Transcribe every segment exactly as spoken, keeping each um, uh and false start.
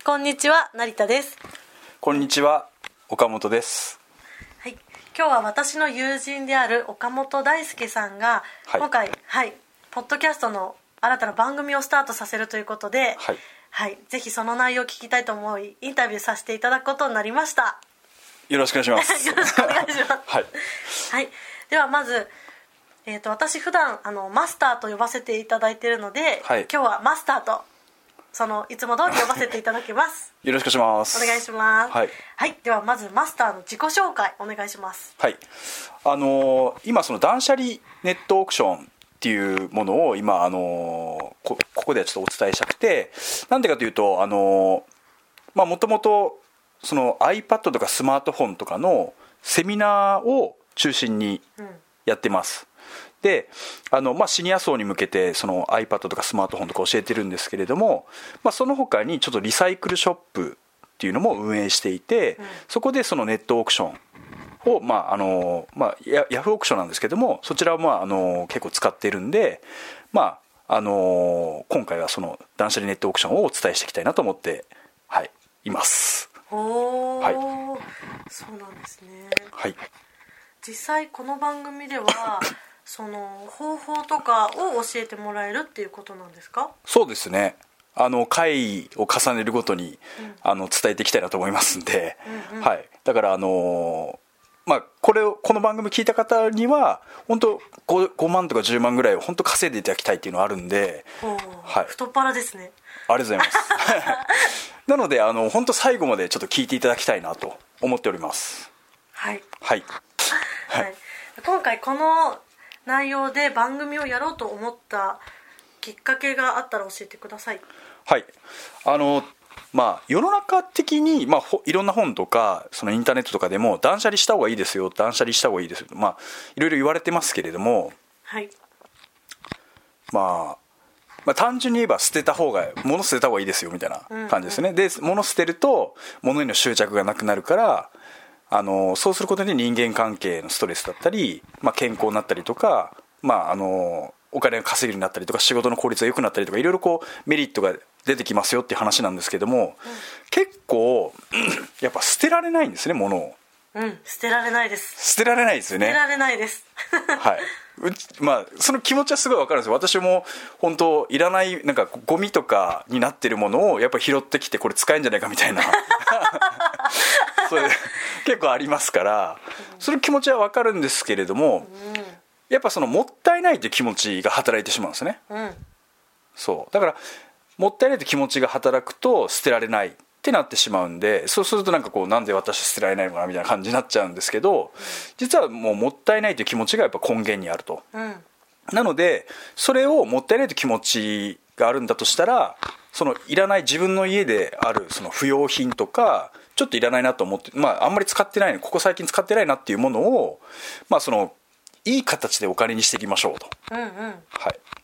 こんにちは、成田です。 こんにちは、岡本です。 はい、今日は私の友人である岡本大輔さんが、はい、今回、はい、ポッドキャストの新たな番組をスタートさせるということで、はいはい、ぜひその内容を聞きたいと思いインタビューさせていただくことになりました。 よろしくお願いしますよろしくお願いします、 はいはい、ではまず、えー、と私普段あのマスターと呼ばせていただいているので、はい、今日はマスターとそのいつも通り呼ばせていただきますよろしくお願いします。 お願いします、 はいはい、ではまずマスターの自己紹介お願いします。 はい、あのー、今その断捨離ネットオークションっていうものを今、あのー、こ, ここではちょっとお伝えしたくて、なんでかというと、あのー、まあもともとその iPad とかスマートフォンとかのセミナーを中心にやってます、うん、であの、まあ、シニア層に向けてその iPad とかスマートフォンとか教えてるんですけれども、まあ、その他にちょっとリサイクルショップっていうのも運営していて、うん、そこでそのネットオークションを、まああのまあ、ヤ, ヤフーオークションなんですけども、そちらを、まあ、あの結構使っているんで、まああの今回はその断捨離ネットオークションをお伝えしていきたいなと思って、はい、います。 おー、はい、そうなんですね。 はい、 実際この番組ではその方法とかを教えてもらえるっていうことなんですか？ そうですね、あの回を重ねるごとに、うん、あの伝えていきたいなと思いますんで、うんうん、はい、だからあのまあ、これをこの番組聞いた方には本当 5, ごまんとかじゅうまんぐらいを本当稼いでいただきたいっていうのはあるんで、 はい、太っ腹ですね。 ありがとうございますなのであの本当最後までちょっと聞いていただきたいなと思っております。 はいはい、 はい、今回この内容で番組をやろうと思ったきっかけがあったら教えてください。 はい、あのまあ、世の中的に、まあ、いろんな本とかそのインターネットとかでも断捨離した方がいいですよ、断捨離した方がいいですよ、まあ、いろいろ言われてますけれども、 はい、 まあ、まあ単純に言えば捨てた方が物捨てた方がいいですよみたいな感じですね、うんうん、で物捨てると物への執着がなくなるから、あのそうすることで人間関係のストレスだったり、まあ、健康になったりとか、まあ、あのお金が稼げるようになったりとか仕事の効率が良くなったりとかいろいろこうメリットが出てきますよっていう話なんですけども、うん、結構やっぱ捨てられないんですね、物を。 うん、捨てられないです。 捨てられないですよね。 捨てられないですはい、うちまあその気持ちはすごい分かるんですよ。私も本当いらないなんかゴミとかになってるものをやっぱ拾ってきてこれ使えんじゃないかみたいなそれ結構ありますから、その気持ちは分かるんですけれども、うん、やっぱそのもったいないという気持ちが働いてしまうんですね、うん、そうだからもったいないという気持ちが働くと捨てられないってなってしまうんで、そうするとなんかこうなんで私捨てられないのかなみたいな感じになっちゃうんですけど、うん、実はもうもったいないという気持ちがやっぱ根源にあると、うん、なのでそれをもったいないという気持ちがあるんだとしたら、そのいらない自分の家であるその不要品とかちょっといらないなと思って、まあ、あんまり使ってないここ最近使ってないなっていうものを、まあ、そのいい形でお金にしていきましょうと、うんうん、はい、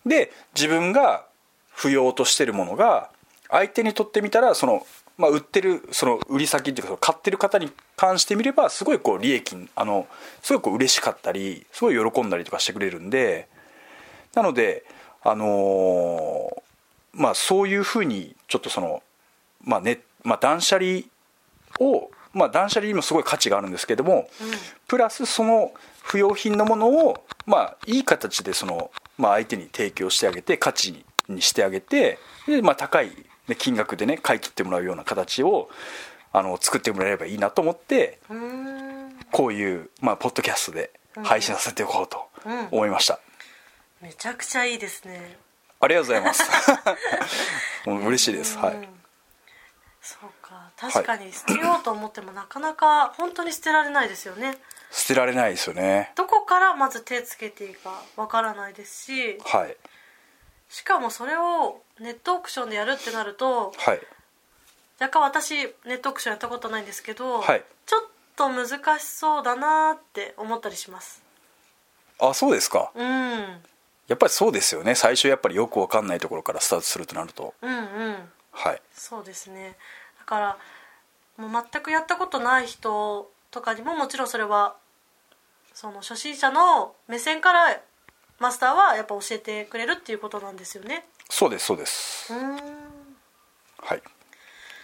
で自分が不要としてるものが相手にとってみたらその、まあ、売ってるその売り先っていうか買ってる方に関してみればすごいこう利益あのすごいこう嬉しかったりすごい喜んだりとかしてくれるんで、なのであのー、まあそういうふうにちょっとそのまあねまあ断捨離をまあ断捨離にもすごい価値があるんですけども、うん、プラスその不要品のものをまあいい形でそのまあ相手に提供してあげて価値ににしてあげて、で、まあ、高い金額でね買い取ってもらうような形をあの作ってもらえればいいなと思って、うーんこういう、まあ、ポッドキャストで配信させておこうと思いました、 うんうん、めちゃくちゃいいですね。 ありがとうございますもう嬉しいです、はい、 そうか、確かに捨てようと思ってもなかなか本当に捨てられないですよね。 捨てられないですよね。 どこからまず手つけていいかわからないですし、 はい、 しかもそれをネットオークションでやるってなると、 はい、 若干私ネットオークションやったことないんですけど、 はい、 ちょっと難しそうだなって思ったりします。 あ、そうですか。 うん、 やっぱりそうですよね。最初やっぱりよく分かんないところからスタートするとなると、 うんうん、 はい、 そうですね。だからもう全くやったことない人とかにももちろんそれはその初心者の目線からマスターはやっぱ教えてくれるっていうことなんですよね。 そうですそうです。 うーん、 はい。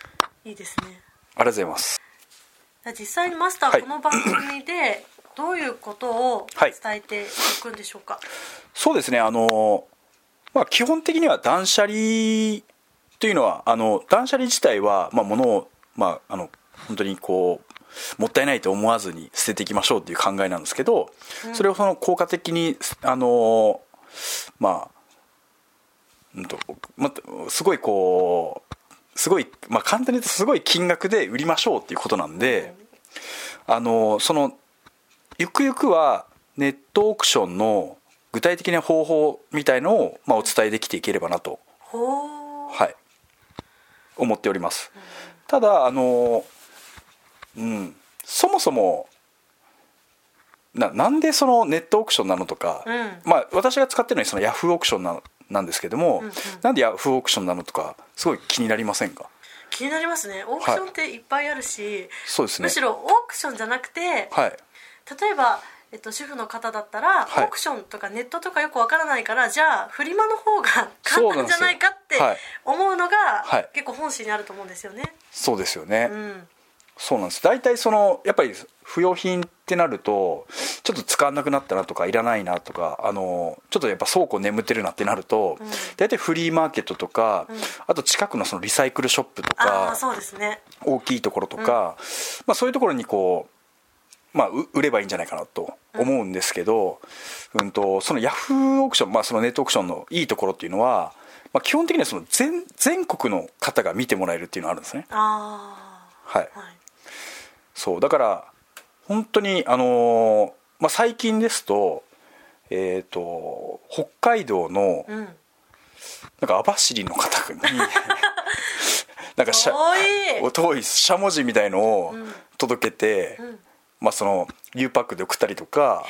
いいですね。 ありがとうございます。 実際にマスター、はい、この番組でどういうことを伝えていくんでしょうか。はい、 そうですね、あの、まあ、基本的には断捨離というのはあの断捨離自体は、まあ、物を、まあ、あの本当にこうもったいないと思わずに捨てていきましょうっていう考えなんですけど、うん、それをその効果的にあのまあ、うんとま、すごいこうすごい、まあ、簡単に言うとすごい金額で売りましょうっていうことなんで、うん、あのそのゆくゆくはネットオークションの具体的な方法みたいのを、まあ、お伝えできていければなと、はい、思っております。ただあの、うん、そもそも な, なんでそのネットオークションなのとか、うんまあ、私が使ってるのはそのヤフーオークション な, なんですけども、うんうん、なんでヤフーオークションなのとかすごい気になりませんか？ 気になりますね。オークションっていっぱいあるし、はい、 そうですね、 むしろオークションじゃなくて、 はい、 例えばえっと、主婦の方だったら、はい、オークションとかネットとかよくわからないから、じゃあフリマの方が簡単じゃないかって思うのが、はい、結構本心にあると思うんですよね。 そうですよね、うん、そうなんです。大体そのやっぱり不要品ってなるとちょっと使わなくなったなとかいらないなとか、あのちょっとやっぱ倉庫眠ってるなってなると、うん、大体フリーマーケットとか、うん、あと近くのそのリサイクルショップとか、 あ、そうですね、 大きいところとか、うんまあ、そういうところにこうまあ、売ればいいんじゃないかなと思うんですけど、うんうん、とそのヤフーオークション、まあ、そのネットオークションのいいところっていうのは、まあ、基本的にはその 全, 全国の方が見てもらえるっていうのがあるんですね。 あ、 はい、はい、そうだから本当に、あのーまあ、最近ですと、えー、と北海道の、うん、なんか網走の方になんかしゃ遠い遠いしゃもじみたいのを届けて、うんうんまあ、その U パックで送ったりとか、はい、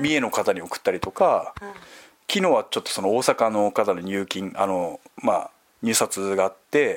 三重の方に送ったりとか、うん、昨日はちょっとその大阪の方の入金あの、まあ、入札があって、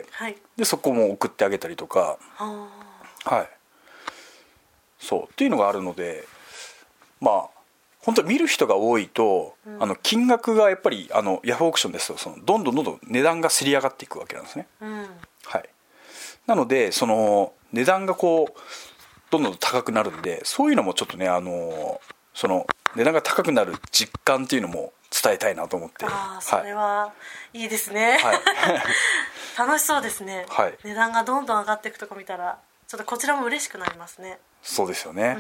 はい、でそこも送ってあげたりとか、はい、そうっていうのがあるので、まあ本当に見る人が多いと、うん、あの金額がやっぱりあのヤフーオークションですとそのどんどんどんどん値段がせり上がっていくわけなんですね、うんはい、なのでその値段がこうどんどん高くなるんで、そういうのもちょっとね、あのその値段が高くなる実感っていうのも伝えたいなと思って。 あ、それはいいですね、はい、楽しそうですね、はい、値段がどんどん上がっていくとこ見たらちょっとこちらも嬉しくなりますね。 そうですよね、うん、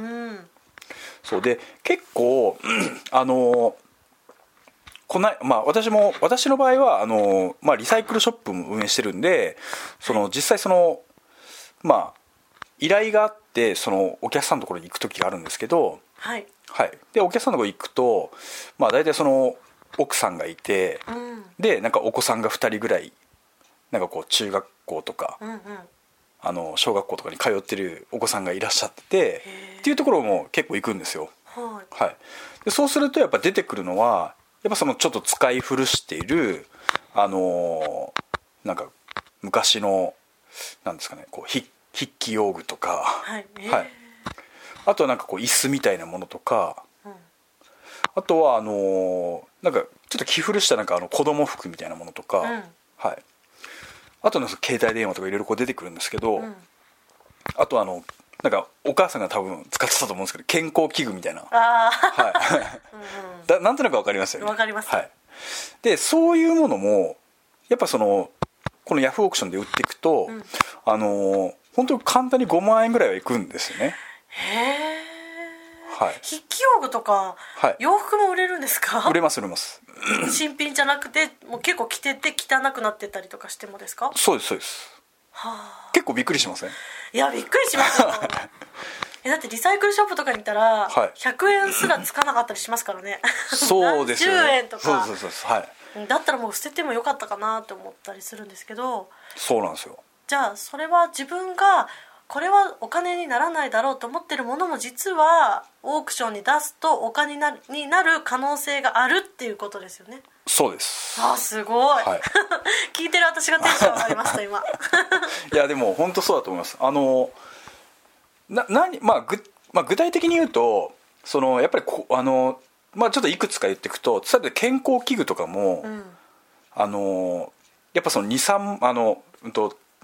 そうで結構あのこない、まあ、私も私の場合はあの、まあ、リサイクルショップも運営してるんで、その実際そのまあ依頼があってそのお客さんのところに行く時があるんですけど、 はいはい、でお客さんのところに行くと、まあ、大体その奥さんがいて、うん、でなんかお子さんがふたりぐらいなんかこう中学校とか、うんうん、あの小学校とかに通ってるお子さんがいらっしゃっててっていうところも結構行くんですよ、はいはい、でそうするとやっぱ出てくるのはやっぱそのちょっと使い古しているあのー、なんか昔のなんですかねこう筆筆記用具とか、はいはい、あとはなんかこう椅子みたいなものとか、うん、あとはあのー、なんかちょっと着古したなんかあの子供服みたいなものとか、うん、はい、あとの携帯電話とかいろいろこう出てくるんですけど、うん、あとあのなんかお母さんが多分使ってたと思うんですけど健康器具みたいな、あ、はいうん、だなんとなく分かりますよね。 分かります、 はい、でそういうものもやっぱそのこのヤフーオークションで売っていくと、うん、あのー本当に簡単にごまんえんぐらいはいくんですよね。 へえ、はい、筆記用具とか、はい、洋服も売れるんですか？ 売れます売れます新品じゃなくてもう結構着てて汚くなってたりとかしてもですか？ そうですそうです、はあ、結構びっくりしません？ いやびっくりしますよえだってリサイクルショップとかに行ったら、はい、ひゃくえんすらつかなかったりしますからねそうですよね、 じゅうえんとかそうそうそうそう、はい、 だったらもう捨ててもよかったかなって思ったりするんですけど。 そうなんですよ。 じゃあそれは自分がこれはお金にならないだろうと思ってるものも実はオークションに出すとお金になる、になる可能性があるっていうことですよね。 そうです。 あ、すごい、はい、聞いてる私がテンション上がりました今いやでも本当そうだと思います。あのな何、まあ、ぐまあ具体的に言うとそのやっぱりこあの、まあ、ちょっといくつか言っていくと例えば健康器具とかも、うん、あのやっぱそのにさんあの、うんと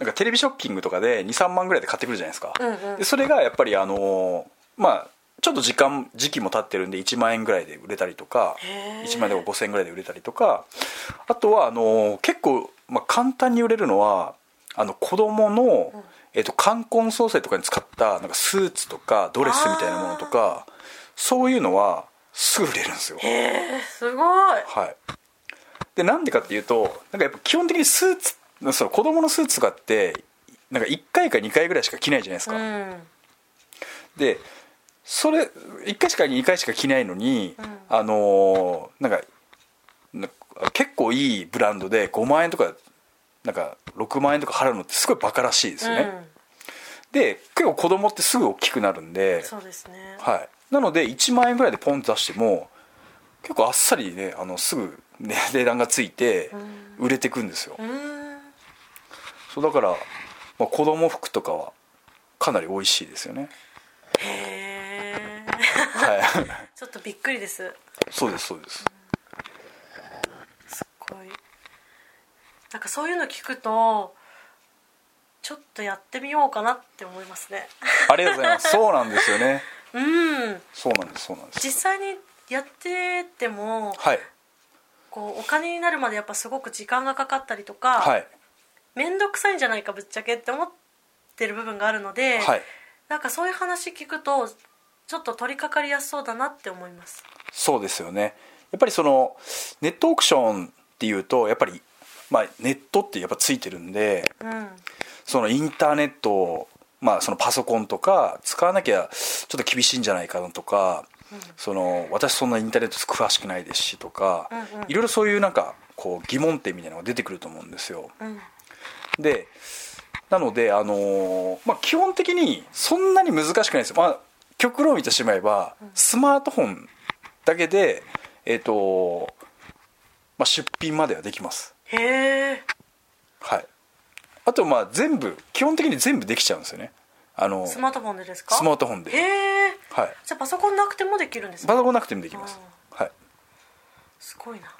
なんかテレビショッキングとかで にさんまんぐらいで買ってくるじゃないですか、 うんうん、 でそれがやっぱりあのまあちょっと時間時期も経ってるんでいちまんえんぐらいで売れたりとか、いちまんえんでもごせんえんぐらいで売れたりとか、あとはあの結構、まあ、簡単に売れるのはあの子供の、うんえー、と冠婚葬祭とかに使ったなんかスーツとかドレスみたいなものとか、そういうのはすぐ売れるんですよ。 へーすごい、 はい、でなんでかっていうとなんかやっぱ基本的にスーツその子供のスーツとかってなんかいっかいかにかいぐらいしか着ないじゃないですか、うん、でそれいっかいしかにかいしか着ないのに、うん、あのー、なんか結構いいブランドでごまんえんとかなんかろくまんえんとか払うのってすごいバカらしいですよね、うん、で結構子供ってすぐ大きくなるんで、 そうですね、 はい、なのでいちまんえんぐらいでポンと出しても結構あっさりねあのすぐ、ね、値段がついて売れてくんですよ、うん、そうだから、まあ、子供服とかはかなり美味しいですよね。 へえ、 はい、 ちょっとびっくりです。 そうですそうです、 うん、すごいなんかそういうの聞くとちょっとやってみようかなって思いますね。 ありがとうございます。そうなんですよね。 うん、 そうなんですそうなんです。 実際にやってても、はい、こうお金になるまでやっぱすごく時間がかかったりとか、はい、面倒くさいんじゃないかぶっちゃけって思ってる部分があるので、はい、なんかそういう話聞くとちょっと取り掛かりやすそうだなって思います。そうですよね。 やっぱりそのネットオークションっていうとやっぱり、まあ、ネットってやっぱついてるんで、うん、そのインターネットを、まあ、そのパソコンとか使わなきゃちょっと厳しいんじゃないかなとか、うん、その私そんなインターネット詳しくないですしとか、うんうん、いろいろそういうなんかこう疑問点みたいなのが出てくると思うんですよ、うん、でなので、あのーまあ、基本的にそんなに難しくないですよ、まあ、極論言ってしまえば、うん、スマートフォンだけで、えーとまあ、出品まではできます。 へー、 はい、あとまあ全部基本的に全部できちゃうんですよね。あのスマートフォンでですか？ スマートフォンで。 へー、 はい、 じゃあパソコンなくてもできるんですか？ パソコンなくてもできます、はい、 すごいな。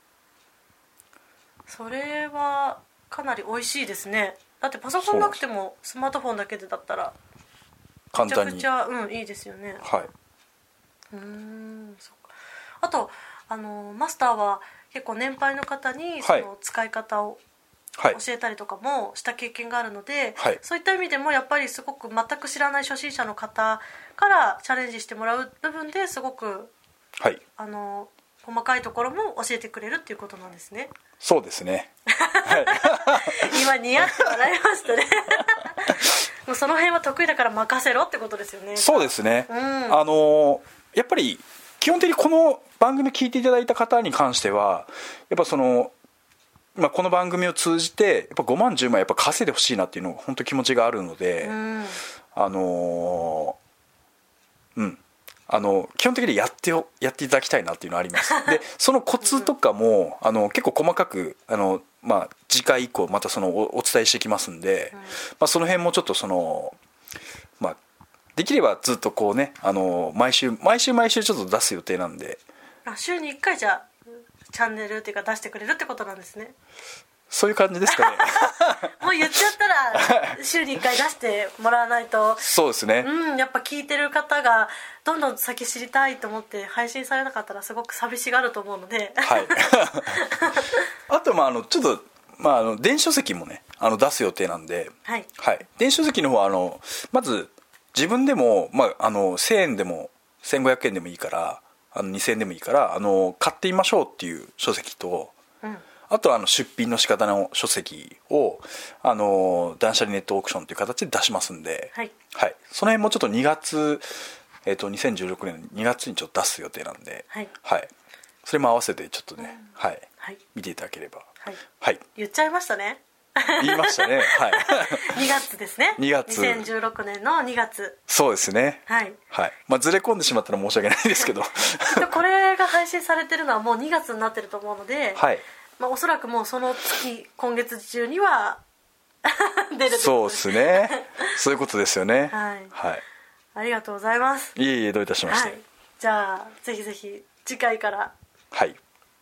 それはかなり美味しいですね。だってパソコンなくてもスマートフォンだけでだったら簡単にめちゃくちゃ、うん、いいですよね。 はい。 うーん、そっか。あとあのマスターは結構年配の方にその使い方を教えたりとかもした経験があるので、はい、そういった意味でもやっぱりすごく全く知らない初心者の方からチャレンジしてもらう部分ですごく、はい、あの細かいところも教えてくれるっていうことなんですね。 そうですね、 はい、今ニヤッと笑いましたね。もうその辺は得意だから任せろってことですよね。 そうですね、 うん、 あのやっぱり基本的にこの番組聞いていただいた方に関してはやっぱその、まあ、この番組を通じてやっぱごまんじゅうまんやっぱ稼いでほしいなっていうのが本当気持ちがあるので、うん、あのうんあの基本的にやってよやっていただきたいなっていうのはあります。でそのコツとかも、うん、あの結構細かくあの、まあ、次回以降またその お, お伝えしてきますんで、うんまあ、その辺もちょっとそのまあできればずっとこうねあの毎週毎週毎週ちょっと出す予定なんで。 あ、週にいっかいじゃあチャンネルっていうか出してくれるってことなんですね。 そういう感じですかね。 もう言っちゃったら週にいっかい出してもらわないと。 そうですね、 うん、やっぱ聞いてる方がどんどん先知りたいと思って配信されなかったらすごく寂しがると思うので、はい、 あとまああのちょっと、まあ、あの電子書籍もねあの出す予定なんで、はいはい、電子書籍の方はあのまず自分でも、まあ、あのせんえんでもせんごひゃくえんでもいいからあのにせんえんでもいいからあの買ってみましょうっていう書籍と、うん、あとはあの出品の仕方の書籍をあの断捨離ネットオークションという形で出しますんで、はいはい、その辺もちょっとにがつ、えー、とにせんじゅうろくねんのにがつにちょっと出す予定なんで、はいはい、それも合わせてちょっとね、うんはいはい、見ていただければ、はいはい、 言っちゃいましたね。 言いましたね、はい、 にがつですね。 にがつにせんじゅうろくねんのにがつ。 そうですね、 はいはいまあ、ずれ込んでしまったら申し訳ないですけどこれが配信されてるのはもうにがつになってると思うので、 はいまあ、おそらくもうその月今月中には出る。 そうですね、そういうことですよね。 はい、 はい、 ありがとうございます。 いえいえどういたしまして、 はい、じゃあぜひぜひ次回からはい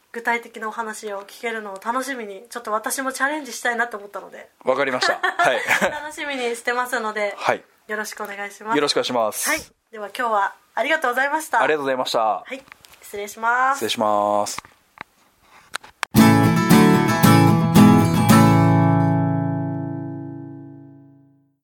具体的なお話を聞けるのを楽しみに、ちょっと私もチャレンジしたいなと思ったので。 わかりました。はい。 楽しみにしてますので、はい、よろしくお願いします。 よろしくお願いします。 はい。では今日はありがとうございました。 ありがとうございました。はい。失礼します。 失礼します。